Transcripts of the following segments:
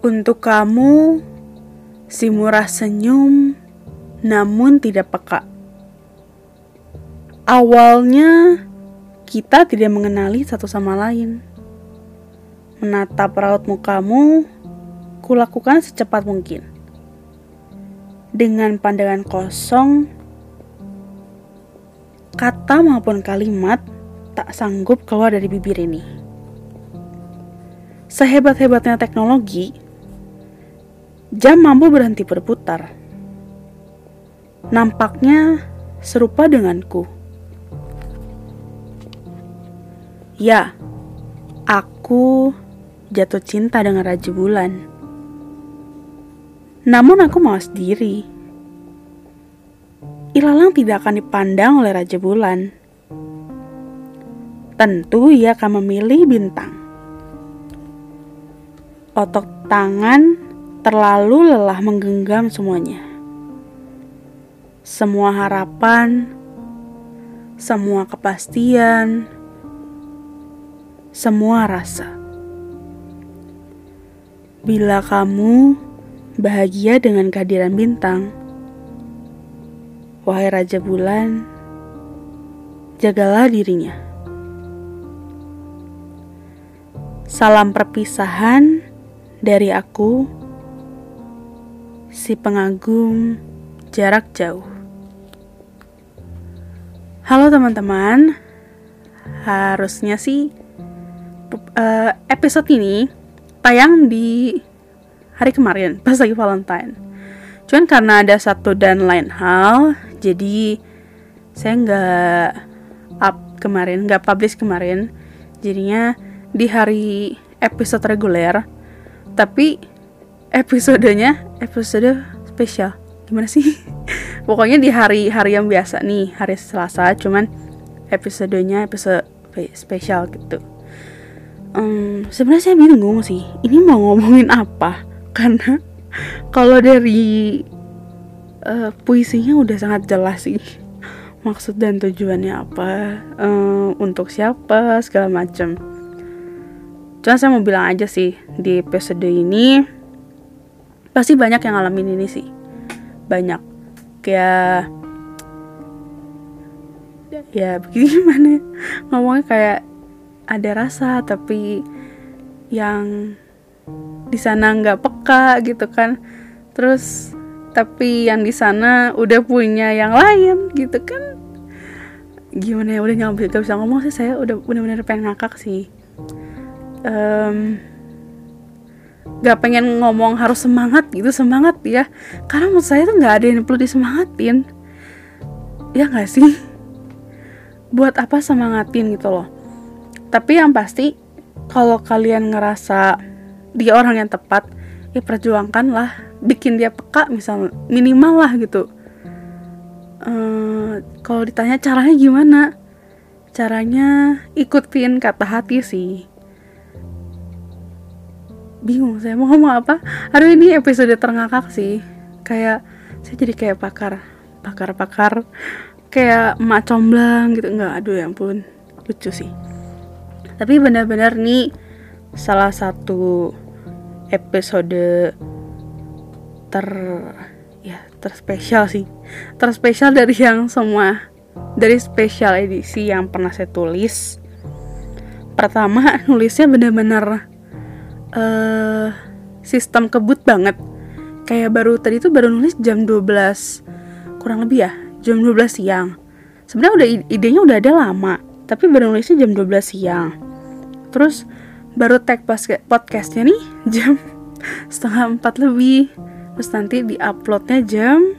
Untuk kamu, si murah senyum, namun tidak peka. Awalnya, kita tidak mengenali satu sama lain. Menatap raut mukamu, kulakukan secepat mungkin. Dengan pandangan kosong, kata maupun kalimat tak sanggup keluar dari bibir ini. Sehebat-hebatnya teknologi, jam mampu berhenti berputar. Nampaknya serupa denganku. Ya, aku jatuh cinta dengan Raja Bulan. Namun aku mawas diri. Ilalang tidak akan dipandang oleh Raja Bulan. Tentu ia akan memilih bintang. Otot tangan terlalu lelah menggenggam semuanya. Semua harapan, semua kepastian, semua rasa. Bila kamu bahagia dengan kehadiran bintang, wahai Raja Bulan, jagalah dirinya. Salam perpisahan dari aku, si pengagum jarak jauh. Halo teman-teman, harusnya sih episode ini tayang di hari kemarin pas lagi Valentine. Cuman karena ada satu dan lain hal, jadi saya nggak publish kemarin. Jadinya di hari episode reguler, tapi episode spesial. Gimana sih? Pokoknya di hari yang biasa nih, hari Selasa, cuman episodenya episode spesial gitu. Sebenarnya saya bingung sih, ini mau ngomongin apa? Karena kalau dari puisinya udah sangat jelas sih maksud dan tujuannya apa, untuk siapa, segala macam. Cuma saya mau bilang aja sih, di episode ini pasti banyak yang ngalamin ini sih. Banyak. Kayak ya begini gimana ya? Ngomongnya kayak ada rasa tapi yang di sana nggak peka gitu kan. Terus tapi yang di sana udah punya yang lain gitu kan. Gimana ya, udah nggak bisa ngomong sih, saya udah benar-benar pengen ngakak sih. Gak pengen ngomong harus semangat ya, karena menurut saya tuh gak ada yang perlu disemangatin, ya gak sih? Buat apa semangatin gitu loh. Tapi yang pasti, kalau kalian ngerasa dia orang yang tepat, ya perjuangkan lah, bikin dia peka misal, minimal lah gitu. Kalau ditanya caranya gimana, caranya ikutin kata hati sih. Bingung saya mau ngomong apa. Aduh, ini episode terngakak sih. Kayak saya jadi kayak pakar kayak emak comblang gitu. Enggak, aduh ya ampun, lucu sih. Tapi benar-benar nih salah satu episode terspesial sih. Terspesial dari yang semua, dari spesial edisi yang pernah saya tulis. Pertama, nulisnya benar-benar sistem kebut banget. Kayak baru nulis jam 12 kurang lebih ya, jam 12 siang. Sebenarnya idenya udah ada lama, tapi baru nulisnya jam 12 siang. Terus baru tag podcastnya nih jam 3:30 lebih. Terus nanti di-uploadnya jam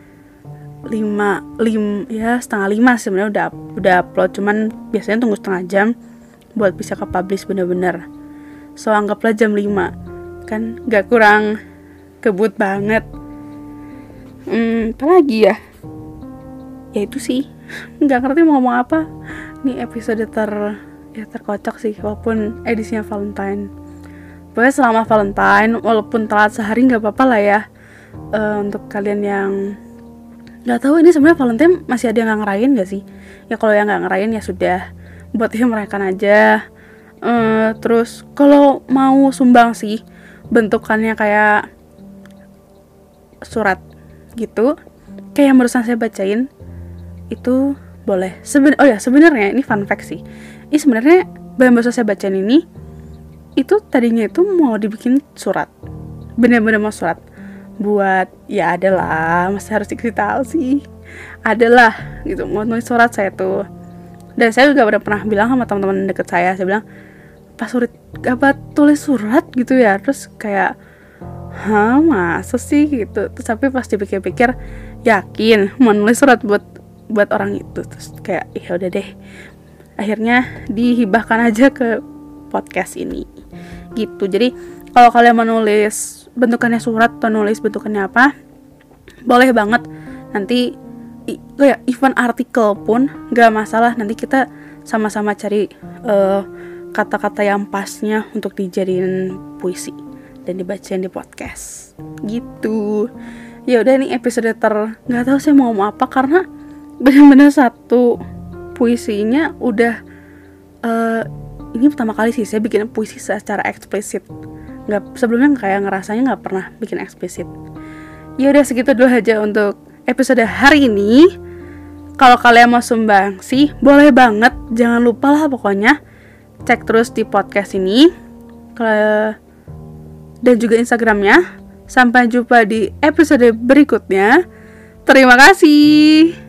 5 ya, 4:30 sebenarnya udah upload, cuman biasanya tunggu setengah jam buat bisa ke publish bener-bener. So anggaplah jam 5, kan gak kurang kebut banget. Apa lagi ya? Ya itu sih, gak ngerti mau ngomong apa. Ini episode terkocak sih, walaupun edisinya Valentine. Pokoknya selama Valentine, walaupun telat sehari gak apa-apa lah ya. Untuk kalian yang gak tahu, ini sebenarnya Valentine masih ada yang gak ngerayain gak sih? Ya kalau yang gak ngerayain ya sudah, buat dia merayakan aja. Terus kalau mau sumbang sih bentukannya kayak surat gitu, kayak yang barusan saya bacain, itu boleh. Sebenarnya ini fun fact sih. Ini sebenarnya yang barusan saya bacain ini itu tadinya itu mau dibikin surat, bener-bener mau surat buat, ya adalah, masa harus dikasih tahu sih, adalah gitu, mau nulis surat saya tuh. Dan saya juga udah pernah bilang sama teman-teman deket saya bilang, apa tulis surat gitu ya. Terus kayak, hah, masa sih gitu. Terus tapi pas dipikir-pikir, yakin mau nulis surat buat orang itu. Terus kayak, ya udah deh, akhirnya dihibahkan aja ke podcast ini gitu. Jadi kalau kalian mau nulis bentukannya surat atau nulis bentukannya apa, boleh banget. Nanti kayak even artikel pun gak masalah. Nanti kita sama-sama cari kata-kata yang pasnya untuk dijadiin puisi dan dibacain di podcast gitu. Ya udah, nih episode nggak tahu saya mau ngomong apa, karena benar-benar satu puisinya udah ini pertama kali sih saya bikin puisi secara eksplisit. Sebelumnya kayak ngerasanya nggak pernah bikin eksplisit. Ya udah, segitu dulu aja untuk episode hari ini. Kalau kalian mau sumbang sih boleh banget, jangan lupa lah pokoknya cek terus di podcast ini dan juga Instagramnya. Sampai jumpa di episode berikutnya. Terima kasih.